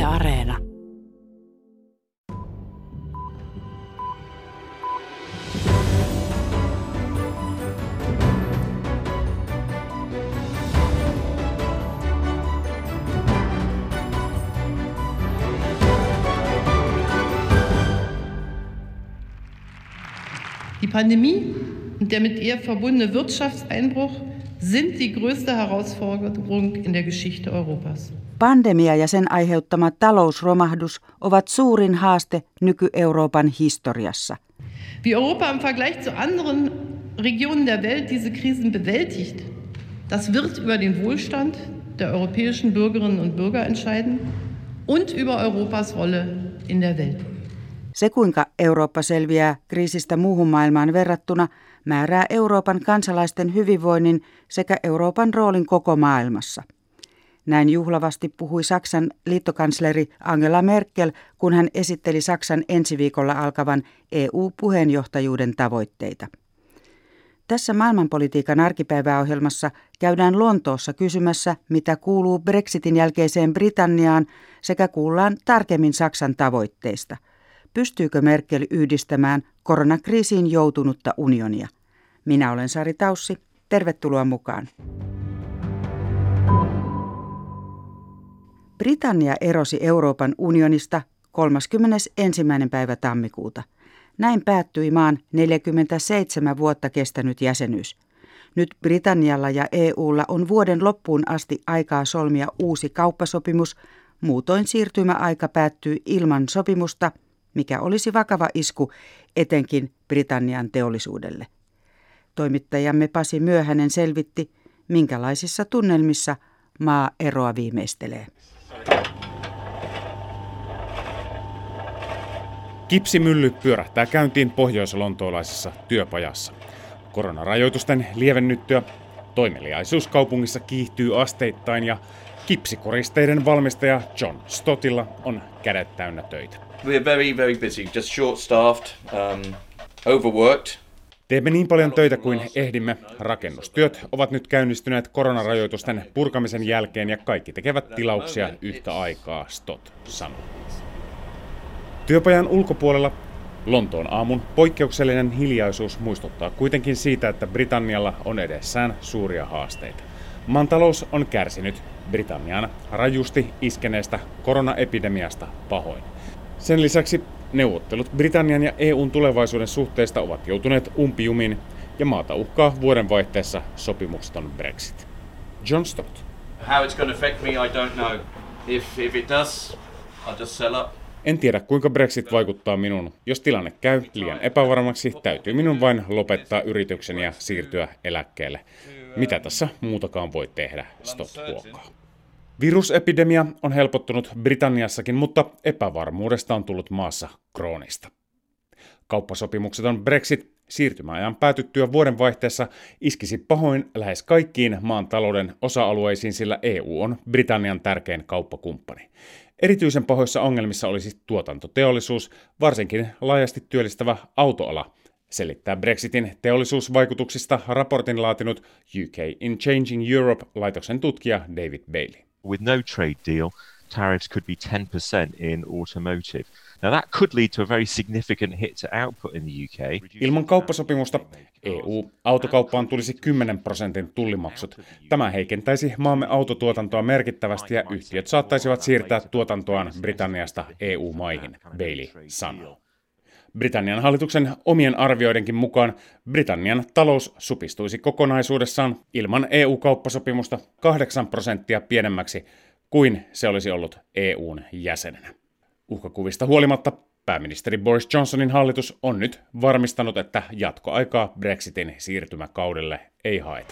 Areena. Die Pandemie und der mit ihr verbundene Wirtschaftseinbruch sind die größte Herausforderung in der Geschichte Europas. Pandemia ja sen aiheuttama talousromahdus ovat suurin haaste nyky-Euroopan historiassa. Wie Europa im Vergleich zu anderen Regionen der Welt diese Krisen bewältigt, das wird über den Wohlstand der europäischen Bürgerinnen und Bürger entscheiden und über Europas Rolle in der Welt. Se, kuinka Eurooppa selviää kriisistä muuhun maailmaan verrattuna, määrää Euroopan kansalaisten hyvinvoinnin sekä Euroopan roolin koko maailmassa. Näin juhlavasti puhui Saksan liittokansleri Angela Merkel, kun hän esitteli Saksan ensi viikolla alkavan EU-puheenjohtajuuden tavoitteita. Tässä maailmanpolitiikan arkipäiväohjelmassa käydään Lontoossa kysymässä, mitä kuuluu Brexitin jälkeiseen Britanniaan, sekä kuullaan tarkemmin Saksan tavoitteista. Pystyykö Merkel yhdistämään koronakriisiin joutunutta unionia? Minä olen Sari Taussi. Tervetuloa mukaan. Britannia erosi Euroopan unionista 31. päivä tammikuuta. Näin päättyi maan 47 vuotta kestänyt jäsenyys. Nyt Britannialla ja EUlla on vuoden loppuun asti aikaa solmia uusi kauppasopimus. Muutoin siirtymäaika päättyy ilman sopimusta, mikä olisi vakava isku etenkin Britannian teollisuudelle. Toimittajamme Pasi Myöhänen selvitti, minkälaisissa tunnelmissa maa eroa viimeistelee. Kipsimylly pyörähtää käyntiin pohjois-lontoolaisessa työpajassa. Koronarajoitusten lievennyttyä toimeliaisuus kaupungissa kiihtyy asteittain ja kipsikoristeiden valmistaja John Stottilla on kädet täynnä töitä. We're very busy, just short-staffed, overworked. Teemme niin paljon töitä kuin ehdimme. Rakennustyöt ovat nyt käynnistyneet koronarajoitusten purkamisen jälkeen ja kaikki tekevät tilauksia yhtä aikaa, Stott sanoi. Työpajan ulkopuolella Lontoon aamun poikkeuksellinen hiljaisuus muistuttaa kuitenkin siitä, että Britannialla on edessään suuria haasteita. Maan talous on kärsinyt Britannian rajusti iskeneestä koronaepidemiasta pahoin. Sen lisäksi neuvottelut Britannian ja EUn tulevaisuuden suhteista ovat joutuneet umpijumiin ja maata uhkaa vuodenvaihteessa sopimukseton Brexit. John Stott. How it's going to affect me, I don't know. If it does, I'll just sell up. En tiedä, kuinka Brexit vaikuttaa minuun. Jos tilanne käy liian epävarmaksi, täytyy minun vain lopettaa yritykseni ja siirtyä eläkkeelle. Mitä tässä muutakaan voi tehdä, Stott huokaa. Virusepidemia on helpottunut Britanniassakin, mutta epävarmuudesta on tullut maassa kroonista. Kauppasopimukseton Brexit siirtymäajan päätyttyä vuodenvaihteessa iskisi pahoin lähes kaikkiin maan talouden osa-alueisiin, sillä EU on Britannian tärkein kauppakumppani. Erityisen pahoissa ongelmissa olisi tuotantoteollisuus, varsinkin laajasti työllistävä autoala, selittää Brexitin teollisuusvaikutuksista raportin laatinut UK in Changing Europe-laitoksen tutkija David Bailey. With no trade deal, tariffs could be 10% in automotive. Now that could lead to a very significant hit to output in the UK. Ilman kauppasopimusta EU-autokauppaan tulisi 10% tullimaksut. Tämä heikentäisi maamme autotuotantoa merkittävästi ja yhtiöt saattaisivat siirtää tuotantoaan Britanniasta EU-maihin, Bailey sanoo. Britannian hallituksen omien arvioidenkin mukaan Britannian talous supistuisi kokonaisuudessaan ilman EU-kauppasopimusta 8% pienemmäksi kuin se olisi ollut EUn jäsenenä. Uhkakuvista huolimatta pääministeri Boris Johnsonin hallitus on nyt varmistanut, että jatkoaikaa Brexitin siirtymäkaudelle ei haeta.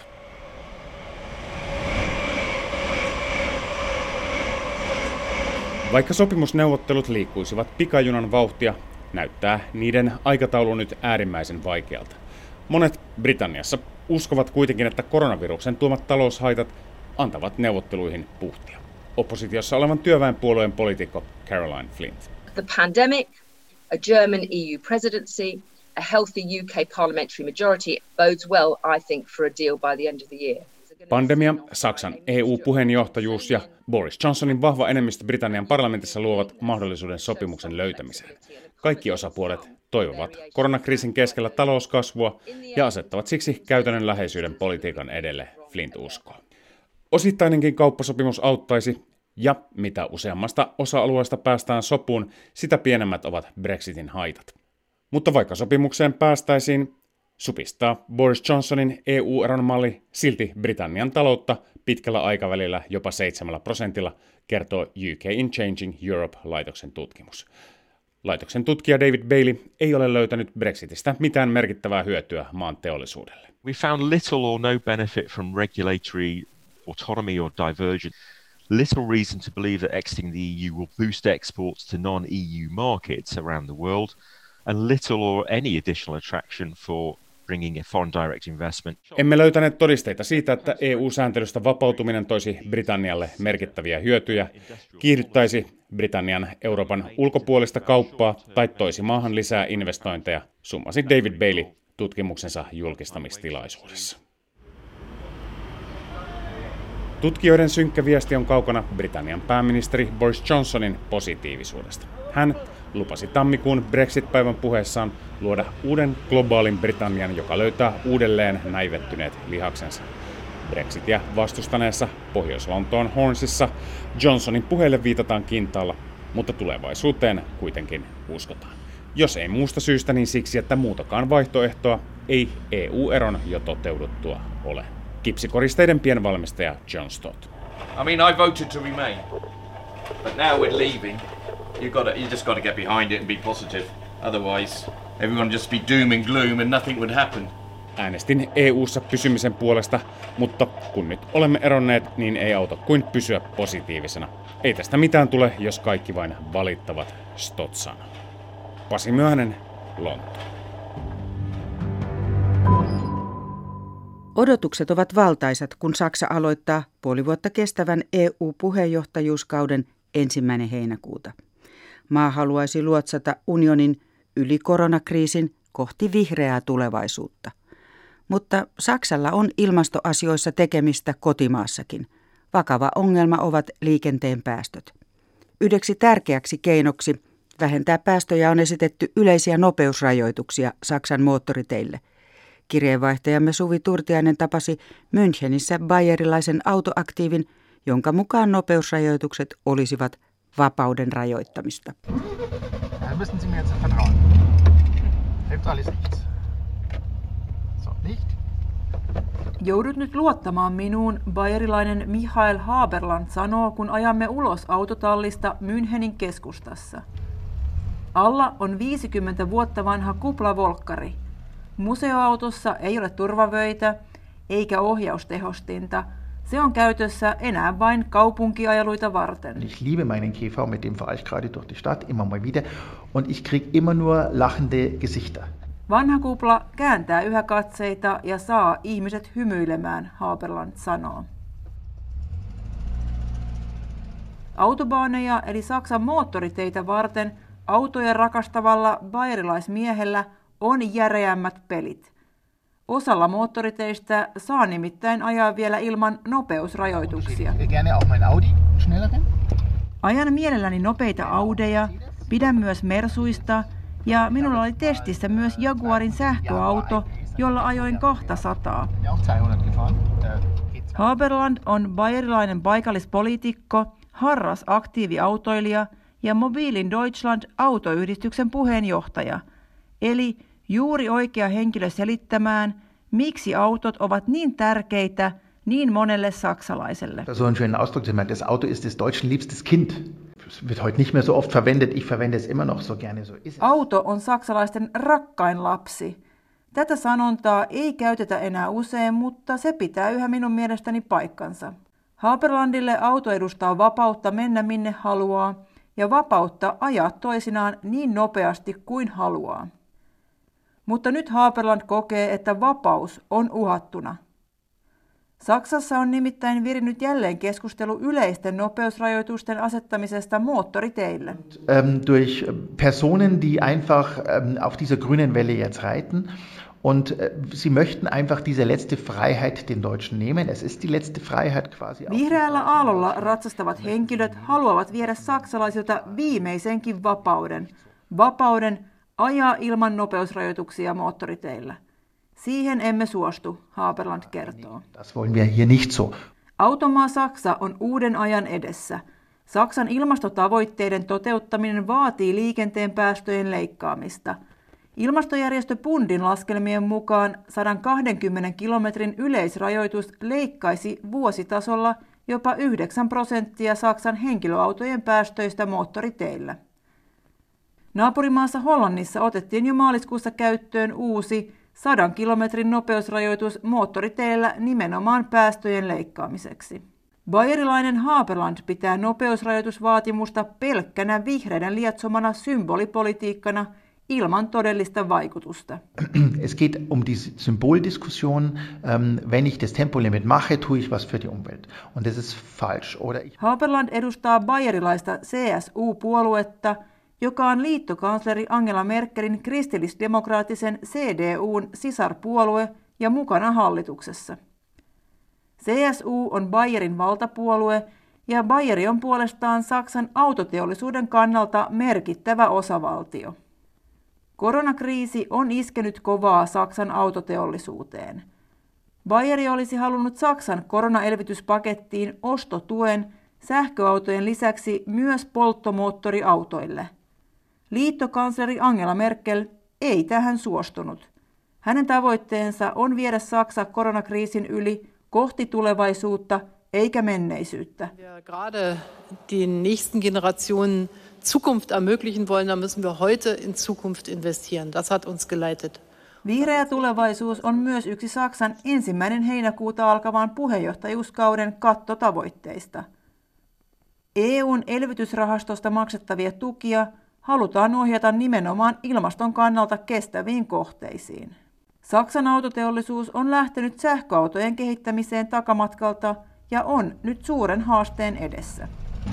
Vaikka sopimusneuvottelut liikkuisivat pikajunan vauhtia, näyttää niiden aikataulu nyt äärimmäisen vaikealta. Monet Britanniassa uskovat kuitenkin, että koronaviruksen tuomat taloushaitat antavat neuvotteluihin puhtia. Oppositiossa olevan työväenpuolueen poliitikko Caroline Flint. The pandemic, a German EU presidency, a healthy UK parliamentary majority bodes well, I think, for a deal by the end of the year. Pandemia, Saksan EU-puheenjohtajuus ja Boris Johnsonin vahva enemmistö Britannian parlamentissa luovat mahdollisuuden sopimuksen löytämiseen. Kaikki osapuolet toivovat koronakriisin keskellä talouskasvua ja asettavat siksi käytännönläheisyyden politiikan edelle, Flint uskoo. Osittainenkin kauppasopimus auttaisi, ja mitä useammasta osa-alueesta päästään sopuun, sitä pienemmät ovat Brexitin haitat. Mutta vaikka sopimukseen päästäisiin, supistaa Boris Johnsonin EU-eron malli silti Britannian taloutta pitkällä aikavälillä jopa 7%, kertoo UK in Changing Europe-laitoksen tutkimus. Laitoksen tutkija David Bailey ei ole löytänyt Brexitistä mitään merkittävää hyötyä maan teollisuudelle. We found little or no benefit from regulatory autonomy or divergence. Little reason to believe that exiting the EU will boost exports to non-EU markets around the world, and little or any additional attraction for bringing a foreign direct investment. Emme löytäneet todisteita siitä, että EU-sääntelystä vapautuminen toisi Britannialle merkittäviä hyötyjä, kiihdyttäisi Britannian Euroopan ulkopuolista kauppaa tai toisi maahan lisää investointeja, summasi David Bailey tutkimuksensa julkistamistilaisuudessa. Tutkijoiden synkkä viesti on kaukana Britannian pääministeri Boris Johnsonin positiivisuudesta. Hän lupasi tammikuun Brexit-päivän puheessaan luoda uuden globaalin Britannian, joka löytää uudelleen näivettyneet lihaksensa. Brexitia vastustaneessa Pohjois-Lontoon Hornsissa Johnsonin puheelle viitataan kintaalla, mutta tulevaisuuteen kuitenkin uskotaan. Jos ei muusta syystä, niin siksi, että muutakaan vaihtoehtoa ei EU-eron jo toteuduttua ole. Kipsikoristeiden pienvalmistaja John Stott. I mean, I voted to remain, but now we're leaving. You just got to get behind it and be positive. Otherwise, everyone just be doom and gloom and nothing would happen. Äänestin EU:ssa pysymisen puolesta, mutta kun nyt olemme eronneet, niin ei auta kuin pysyä positiivisena. Ei tästä mitään tule, jos kaikki vain valittavat, Stott sanoo. Pasi Myöhänen, Lontoo. Odotukset ovat valtaisat, kun Saksa aloittaa puoli vuotta kestävän EU-puheenjohtajuuskauden 1. heinäkuuta. Maa haluaisi luotsata unionin yli koronakriisin kohti vihreää tulevaisuutta. Mutta Saksalla on ilmastoasioissa tekemistä kotimaassakin. Vakava ongelma ovat liikenteen päästöt. Yhdeksi tärkeäksi keinoksi vähentää päästöjä on esitetty yleisiä nopeusrajoituksia Saksan moottoriteille. Kirjeenvaihtajamme Suvi Turtiainen tapasi Münchenissä bayerilaisen autoaktiivin, jonka mukaan nopeusrajoitukset olisivat vapauden rajoittamista. Müssen Sie mir jetzt vertrauen. Hilft alles nichts. So, nicht? Joudut nyt luottamaan minuun, bayerilainen Michael Haberland sanoo, kun ajamme ulos autotallista Münchenin keskustassa. Alla on 50 vuotta vanha kuplavolkkari. Museoautossa ei ole turvavöitä eikä ohjaustehostinta. Se on käytössä enää vain kaupunkiajeluita varten. Ich liebe meinen Käfer, mit dem fahre ich gerade durch die Stadt immer mal wieder und ich krieg immer nur lachende Gesichter. Vanha kupla kääntää yhä katseita ja saa ihmiset hymyilemään, Haberland sanoo. Autobaaneja eli Saksan moottoriteitä varten autoja rakastavalla bayerilaismiehellä on järeämmät pelit. Osalla moottoriteistä saa nimittäin ajaa vielä ilman nopeusrajoituksia. Ajan mielelläni nopeita Audeja, pidän myös Mersuista ja minulla oli testissä myös Jaguarin sähköauto, jolla ajoin 200. Haberland on bayerilainen paikallispoliitikko, harras aktiiviautoilija ja Mobilin Deutschland autoyhdistyksen puheenjohtaja, eli juuri oikea henkilö selittämään, miksi autot ovat niin tärkeitä niin monelle saksalaiselle. So ein schöner Ausdruck, das Auto ist des Deutschen liebstes Kind. Es wird heute nicht mehr so oft verwendet, ich verwende es immer noch so gerne. So ist es. Auto on saksalaisten rakkain lapsi. Tätä sanontaa ei käytetä enää usein, mutta se pitää yhä minun mielestäni paikkansa. Haberlandille auto edustaa vapautta mennä minne haluaa ja vapautta ajaa toisinaan niin nopeasti kuin haluaa. Mutta nyt Haberland kokee, että vapaus on uhattuna. Saksassa on nimittäin virinnyt jälleen keskustelu yleisten nopeusrajoitusten asettamisesta moottoriteille. Durch Personen, die einfach auf dieser grünen Welle jetzt reiten Und sie möchten einfach diese letzte Freiheit den Deutschen nehmen. Es ist die letzte Freiheit quasi. Vihreällä aallolla ratsastavat henkilöt haluavat viedä saksalaisilta viimeisenkin vapauden. Vapauden ajaa ilman nopeusrajoituksia moottoriteillä. Siihen emme suostu, Haberland kertoo. Das wollen wir hier nicht so. Automaa Saksa on uuden ajan edessä. Saksan ilmastotavoitteiden toteuttaminen vaatii liikenteen päästöjen leikkaamista. Ilmastojärjestö Bundin laskelmien mukaan 120 kilometrin yleisrajoitus leikkaisi vuositasolla jopa 9% Saksan henkilöautojen päästöistä moottoriteillä. Naapurimaassa Hollannissa otettiin jo maaliskuussa käyttöön uusi 100 kilometrin nopeusrajoitus moottoriteillä nimenomaan päästöjen leikkaamiseksi. Bayerilainen Haberland pitää nopeusrajoitusvaatimusta pelkkänä vihreiden lietsomana symbolipolitiikkana ilman todellista vaikutusta. Es geht um die Symboldiskussion. Wenn ich das Tempolimit mache, tue ich was für die Umwelt. Und das ist falsch. Haberland edustaa bayerilaista CSU-puoluetta, joka on liittokansleri Angela Merkelin kristillisdemokraattisen CDUn sisarpuolue ja mukana hallituksessa. CSU on Bayerin valtapuolue ja Bayeri on puolestaan Saksan autoteollisuuden kannalta merkittävä osavaltio. Koronakriisi on iskenyt kovaa Saksan autoteollisuuteen. Bayeri olisi halunnut Saksan koronaelvytyspakettiin ostotuen sähköautojen lisäksi myös polttomoottoriautoille. Liittokansleri Angela Merkel ei tähän suostunut. Hänen tavoitteensa on viedä Saksa koronakriisin yli kohti tulevaisuutta eikä menneisyyttä. Gerade den nächsten Generationen Zukunft ermöglichen wollen, dann müssen wir heute in Zukunft investieren. Das hat uns geleitet. Vihreä tulevaisuus on myös yksi Saksan 1. heinäkuuta alkavan puheenjohtajuuskauden kattotavoitteista. EUn elvytysrahastosta maksettavia tukia halutaan ohjata nimenomaan ilmaston kannalta kestäviin kohteisiin. Saksan autoteollisuus on lähtenyt sähköautojen kehittämiseen takamatkalta ja on nyt suuren haasteen edessä.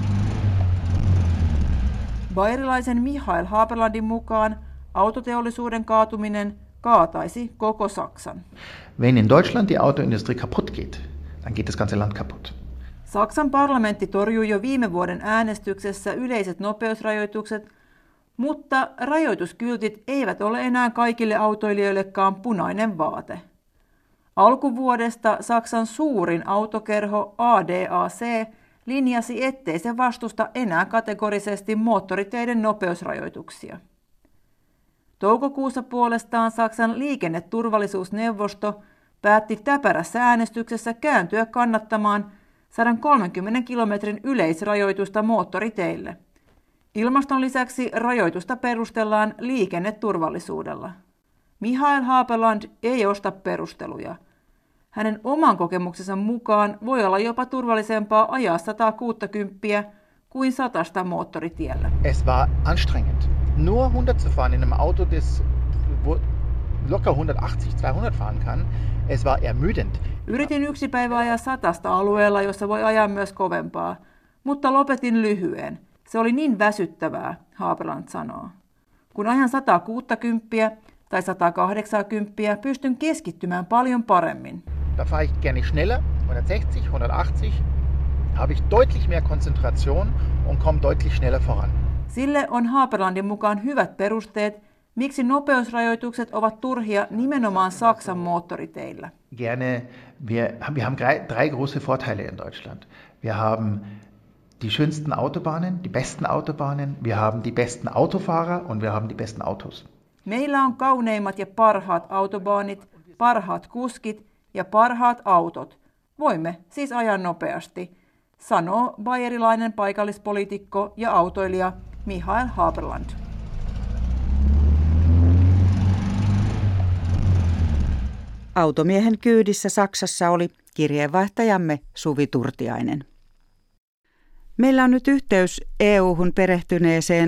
Bayerilaisen Michael Haberlandin mukaan autoteollisuuden kaatuminen kaataisi koko Saksan. Wenn in Deutschland die Autoindustrie kaputt geht, dann geht das ganze Land kaputt. Saksan parlamentti torjui jo viime vuoden äänestyksessä yleiset nopeusrajoitukset, mutta rajoituskyltit eivät ole enää kaikille autoilijoillekaan punainen vaate. Alkuvuodesta Saksan suurin autokerho ADAC linjasi, ettei se vastusta enää kategorisesti moottoriteiden nopeusrajoituksia. Toukokuussa puolestaan Saksan liikenneturvallisuusneuvosto päätti täpärässä äänestyksessä kääntyä kannattamaan 130 kilometrin yleisrajoitusta moottoriteille. Ilmaston lisäksi rajoitusta perustellaan liikenneturvallisuudella. Michael Haberland ei osta perusteluja. Hänen oman kokemuksensa mukaan voi olla jopa turvallisempaa ajaa 160 kuin 100 moottoritiellä. Es war anstrengend. Nur 100 zu fahren in einem Auto, das locker 180-200 fahren kann. Es war ermüdend. Yritin yksi päivä ajaa 100 alueella, jossa voi ajaa myös kovempaa, mutta lopetin lyhyen. Se oli niin väsyttävää, Haberland sanoo. Kun ajan 160 tai 180, pystyn keskittymään paljon paremmin. Da fahre ich gerne schneller, 160, 180, habe ich deutlich mehr Konzentration und komme deutlich schneller voran. Sille on Haberlandin mukaan hyvät perusteet, miksi nopeusrajoitukset ovat turhia nimenomaan Saksan moottoriteillä. Gerne, wir haben drei große Vorteile in Deutschland. Wir haben die schönsten Autobahnen, die besten Autobahnen, wir haben die besten Autofahrer und wir haben die besten Autos. Meillä on kauneimmat ja parhaat autobaanit, parhaat kuskit ja parhaat autot. Voimme siis ajaa nopeasti, sanoo bayerilainen paikallispoliitikko ja autoilija Michael Haberland. Automiehen kyydissä Saksassa oli kirjeenvaihtajamme Suvi Turtiainen. Meillä on nyt yhteys EU-hun perehtyneeseen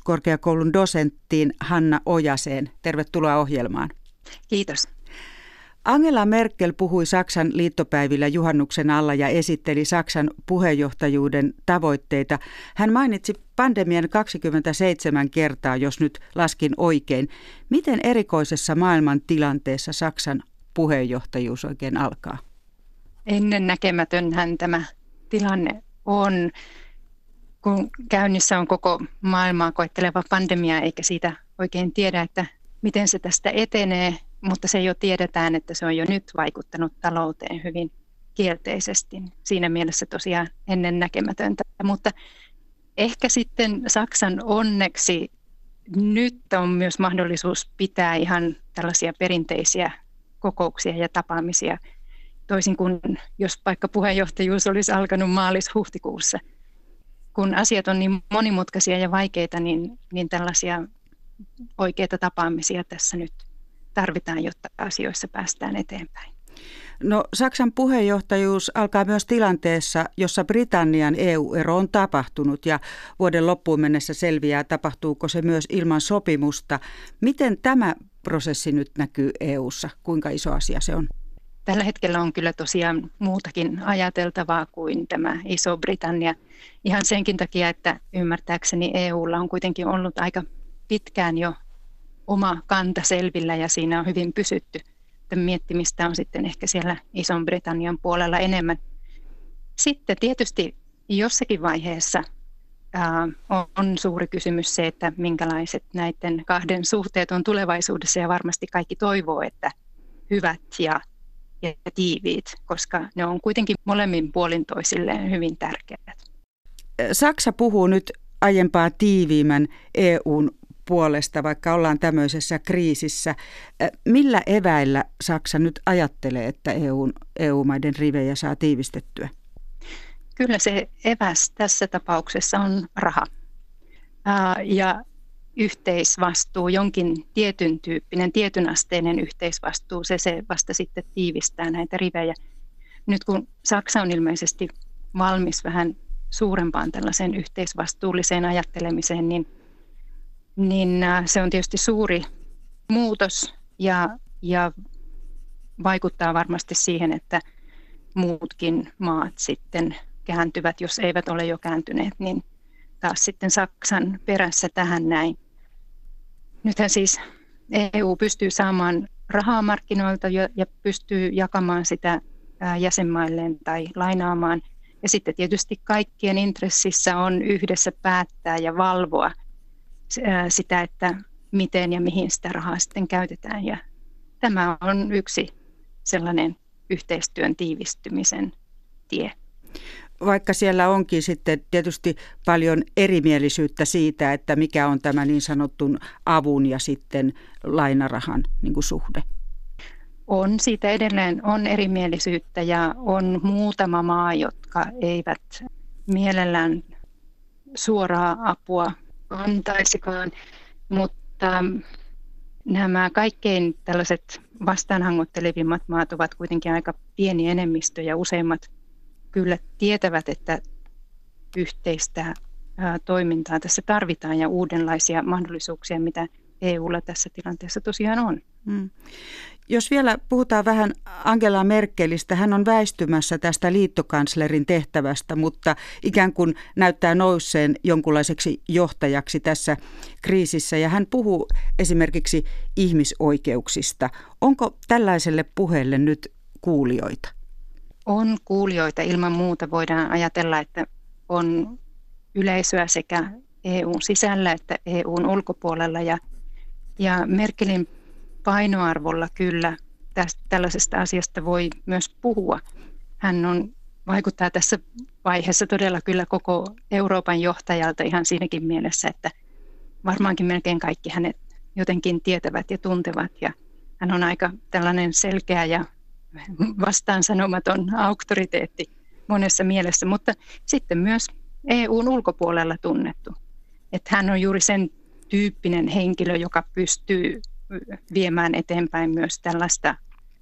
maanpuolustuskorkeakoulun dosenttiin Hanna Ojaseen. Tervetuloa ohjelmaan. Kiitos. Angela Merkel puhui Saksan liittopäivillä juhannuksen alla ja esitteli Saksan puheenjohtajuuden tavoitteita. Hän mainitsi pandemian 27 kertaa, jos nyt laskin oikein. Miten erikoisessa maailman tilanteessa Saksan puheenjohtajuus oikein alkaa? Ennennäkemätönhän tämä tilanne on, kun käynnissä on koko maailmaa koetteleva pandemia, eikä siitä oikein tiedä, että miten se tästä etenee, mutta se jo tiedetään, että se on jo nyt vaikuttanut talouteen hyvin kielteisesti. Siinä mielessä tosiaan ennennäkemätöntä, mutta ehkä sitten Saksan onneksi nyt on myös mahdollisuus pitää ihan tällaisia perinteisiä kokouksia ja tapaamisia, toisin kuin jos vaikka puheenjohtajuus olisi alkanut maalis-huhtikuussa. Kun asiat on niin monimutkaisia ja vaikeita, niin tällaisia oikeita tapaamisia tässä nyt tarvitaan, jotta asioissa päästään eteenpäin. No, Saksan puheenjohtajuus alkaa myös tilanteessa, jossa Britannian EU-ero on tapahtunut ja vuoden loppuun mennessä selviää, tapahtuuko se myös ilman sopimusta. Miten tämä prosessi nyt näkyy EU:ssa? Kuinka iso asia se on? Tällä hetkellä on kyllä tosiaan muutakin ajateltavaa kuin tämä Iso-Britannia. Ihan senkin takia, että ymmärtääkseni EUlla on kuitenkin ollut aika pitkään jo oma kanta selvillä ja siinä on hyvin pysytty. Miettimistä on sitten ehkä siellä Ison-Britannian puolella enemmän. Sitten tietysti jossakin vaiheessa on suuri kysymys se, että minkälaiset näiden kahden suhteet on tulevaisuudessa ja varmasti kaikki toivoo, että hyvät ja tiiviit, koska ne on kuitenkin molemmin puolin toisilleen hyvin tärkeät. Saksa puhuu nyt aiempaa tiiviimmän EUn puolesta, vaikka ollaan tämmöisessä kriisissä. Millä eväillä Saksa nyt ajattelee, että EU-maiden rivejä saa tiivistettyä? Kyllä se eväs tässä tapauksessa on raha ja yhteisvastuu, jonkin tietyn tyyppinen, tietynasteinen yhteisvastuu, se vasta sitten tiivistää näitä rivejä. Nyt kun Saksa on ilmeisesti valmis vähän suurempaan tällaiseen yhteisvastuulliseen ajattelemiseen, niin se on tietysti suuri muutos ja vaikuttaa varmasti siihen, että muutkin maat sitten kääntyvät, jos eivät ole jo kääntyneet, niin taas sitten Saksan perässä tähän näin. Nythän siis EU pystyy saamaan rahaa markkinoilta ja pystyy jakamaan sitä jäsenmailleen tai lainaamaan. Ja sitten tietysti kaikkien intressissä on yhdessä päättää ja valvoa sitä, että miten ja mihin sitä rahaa sitten käytetään. Ja tämä on yksi sellainen yhteistyön tiivistymisen tie. Vaikka siellä onkin sitten tietysti paljon erimielisyyttä siitä, että mikä on tämä niin sanotun avun ja sitten lainarahan niin kuin suhde. On siitä edelleen on erimielisyyttä ja on muutama maa, jotka eivät mielellään suoraa apua antaisikaan, mutta nämä kaikkein tällaiset vastaanhangottelevimmat maat ovat kuitenkin aika pieni enemmistö ja useimmat kyllä tietävät, että yhteistä toimintaa tässä tarvitaan ja uudenlaisia mahdollisuuksia, mitä EUlla tässä tilanteessa tosiaan on. Jos vielä puhutaan vähän Angela Merkelistä, hän on väistymässä tästä liittokanslerin tehtävästä, mutta ikään kuin näyttää nousseen jonkunlaiseksi johtajaksi tässä kriisissä. Ja hän puhuu esimerkiksi ihmisoikeuksista. Onko tällaiselle puheelle nyt kuulijoita? On kuulijoita. Ilman muuta voidaan ajatella, että on yleisöä sekä EUn sisällä että EUn ulkopuolella. Ja Merkelin painoarvolla kyllä tällaisesta asiasta voi myös puhua. Hän vaikuttaa tässä vaiheessa todella kyllä koko Euroopan johtajalta ihan siinäkin mielessä, että varmaankin melkein kaikki hänet jotenkin tietävät ja tuntevat. Ja hän on aika tällainen selkeä ja vastaansanomaton auktoriteetti monessa mielessä, mutta sitten myös EUn ulkopuolella tunnettu. Että hän on juuri sen tyyppinen henkilö, joka pystyy viemään eteenpäin myös tällaista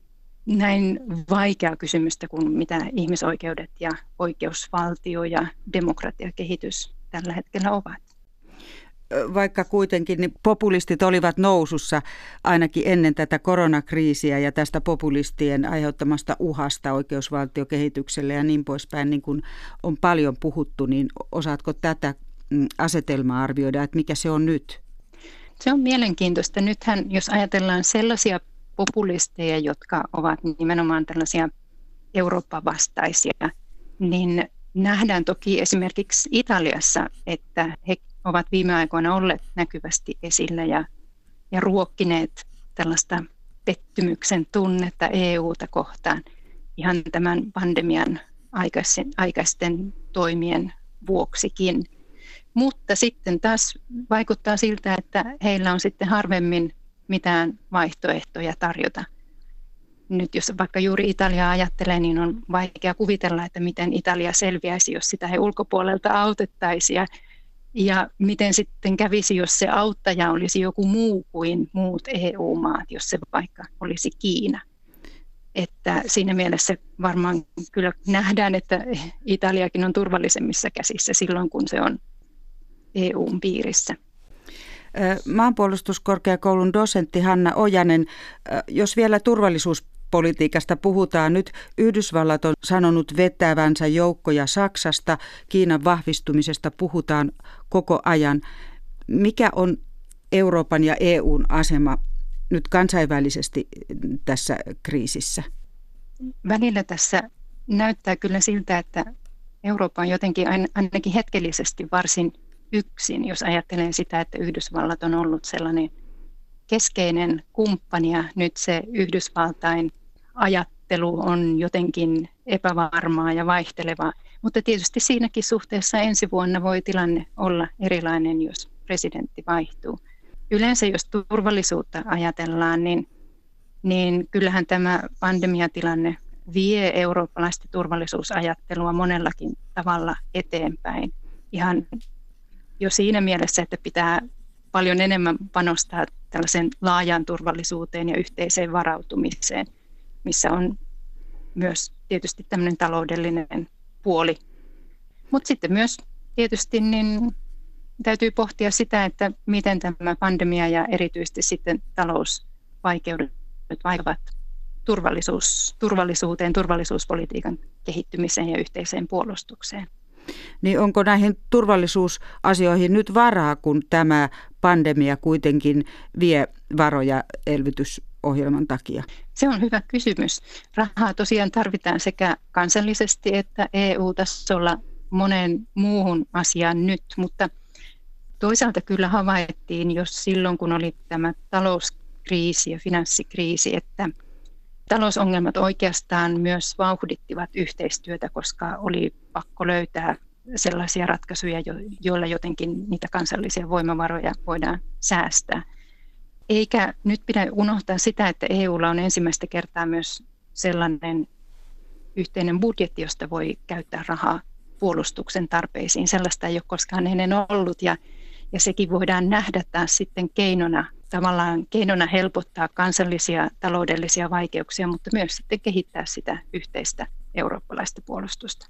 näin vaikeaa kysymystä kuin mitä ihmisoikeudet ja oikeusvaltio ja demokratiakehitys tällä hetkellä ovat. vaikka kuitenkin niin populistit olivat nousussa ainakin ennen tätä koronakriisiä ja tästä populistien aiheuttamasta uhasta oikeusvaltiokehitykselle ja niin poispäin, niin kuin on paljon puhuttu, niin osaatko tätä asetelmaa arvioida, että mikä se on nyt? Se on mielenkiintoista. Nythän, jos ajatellaan sellaisia populisteja, jotka ovat nimenomaan tällaisia Eurooppa-vastaisia, niin nähdään toki esimerkiksi Italiassa, että he ovat viime aikoina olleet näkyvästi esillä ja ruokkineet tällaista pettymyksen tunnetta EU:ta kohtaan ihan tämän pandemian aikaisten toimien vuoksikin. Mutta sitten taas vaikuttaa siltä, että heillä on sitten harvemmin mitään vaihtoehtoja tarjota. Nyt jos vaikka juuri Italiaa ajattelee, niin on vaikea kuvitella, että miten Italia selviäisi, jos sitä he ulkopuolelta autettaisiin. Ja miten sitten kävisi, jos se auttaja olisi joku muu kuin muut EU-maat, jos se vaikka olisi Kiina. Että siinä mielessä varmaan kyllä nähdään, että Italiakin on turvallisemmissa käsissä silloin, kun se on EU:n piirissä. Maanpuolustuskorkeakoulun dosentti Hanna Ojanen, jos vielä turvallisuuspolitiikasta puhutaan, nyt Yhdysvallat on sanonut vetävänsä joukkoja Saksasta, Kiinan vahvistumisesta puhutaan koko ajan. Mikä on Euroopan ja EUn asema nyt kansainvälisesti tässä kriisissä? Välillä tässä näyttää kyllä siltä, että Eurooppa on jotenkin ainakin hetkellisesti varsin yksin, jos ajattelen sitä, että Yhdysvallat on ollut sellainen keskeinen kumppani ja nyt se Yhdysvaltain ajattelu on jotenkin epävarmaa ja vaihtelevaa. Mutta tietysti siinäkin suhteessa ensi vuonna voi tilanne olla erilainen, jos presidentti vaihtuu. Yleensä jos turvallisuutta ajatellaan, niin kyllähän tämä pandemiatilanne vie eurooppalaista turvallisuusajattelua monellakin tavalla eteenpäin. Ihan jo siinä mielessä, että pitää paljon enemmän panostaa tällaiseen laajaan turvallisuuteen ja yhteiseen varautumiseen, missä on myös tietysti tämmöinen taloudellinen puoli. Mutta sitten myös tietysti niin täytyy pohtia sitä, että miten tämä pandemia ja erityisesti sitten talousvaikeudet vaikuttavat turvallisuuteen, turvallisuuspolitiikan kehittymiseen ja yhteiseen puolustukseen. Niin onko näihin turvallisuusasioihin nyt varaa, kun tämä pandemia kuitenkin vie varoja elvytysohjelman takia? Se on hyvä kysymys. Rahaa tosiaan tarvitaan sekä kansallisesti että EU-tasolla moneen muuhun asiaan nyt, mutta toisaalta kyllä havaittiin jo silloin, kun oli tämä talouskriisi ja finanssikriisi, että talousongelmat oikeastaan myös vauhdittivat yhteistyötä, koska oli pakko löytää sellaisia ratkaisuja, joilla jotenkin niitä kansallisia voimavaroja voidaan säästää. Eikä nyt pidä unohtaa sitä, että EUlla on ensimmäistä kertaa myös sellainen yhteinen budjetti, josta voi käyttää rahaa puolustuksen tarpeisiin. Sellaista ei ole koskaan ennen ollut ja sekin voidaan nähdä taas sitten keinona helpottaa kansallisia taloudellisia vaikeuksia, mutta myös sitten kehittää sitä yhteistä eurooppalaista puolustusta.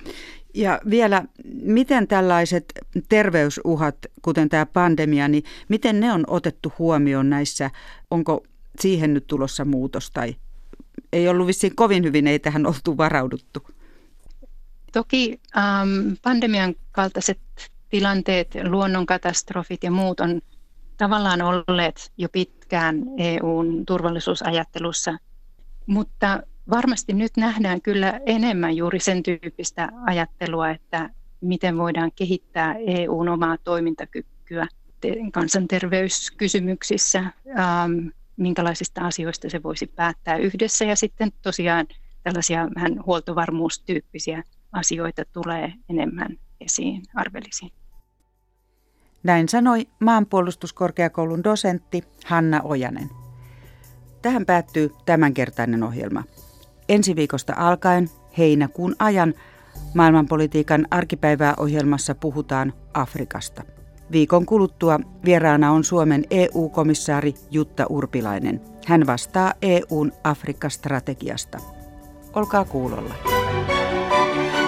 Ja vielä, miten tällaiset terveysuhat, kuten tämä pandemia, niin miten ne on otettu huomioon näissä? Onko siihen nyt tulossa muutos tai ei ollut vissiin kovin hyvin, ei tähän oltu varauduttu? Toki pandemian kaltaiset tilanteet, luonnonkatastrofit ja muut on tavallaan olleet jo pitkään EUn turvallisuusajattelussa, mutta varmasti nyt nähdään kyllä enemmän juuri sen tyyppistä ajattelua, että miten voidaan kehittää EUn omaa toimintakykyä kansanterveyskysymyksissä, minkälaisista asioista se voisi päättää yhdessä ja sitten tosiaan tällaisia vähän huoltovarmuustyyppisiä asioita tulee enemmän esiin, arvelisin. Näin sanoi Maanpuolustuskorkeakoulun dosentti Hanna Ojanen. Tähän päättyy tämänkertainen ohjelma. Ensi viikosta alkaen heinäkuun ajan maailmanpolitiikan arkipäivää ohjelmassa puhutaan Afrikasta. Viikon kuluttua vieraana on Suomen EU-komissaari Jutta Urpilainen. Hän vastaa EUn Afrikka-strategiasta. Olkaa kuulolla.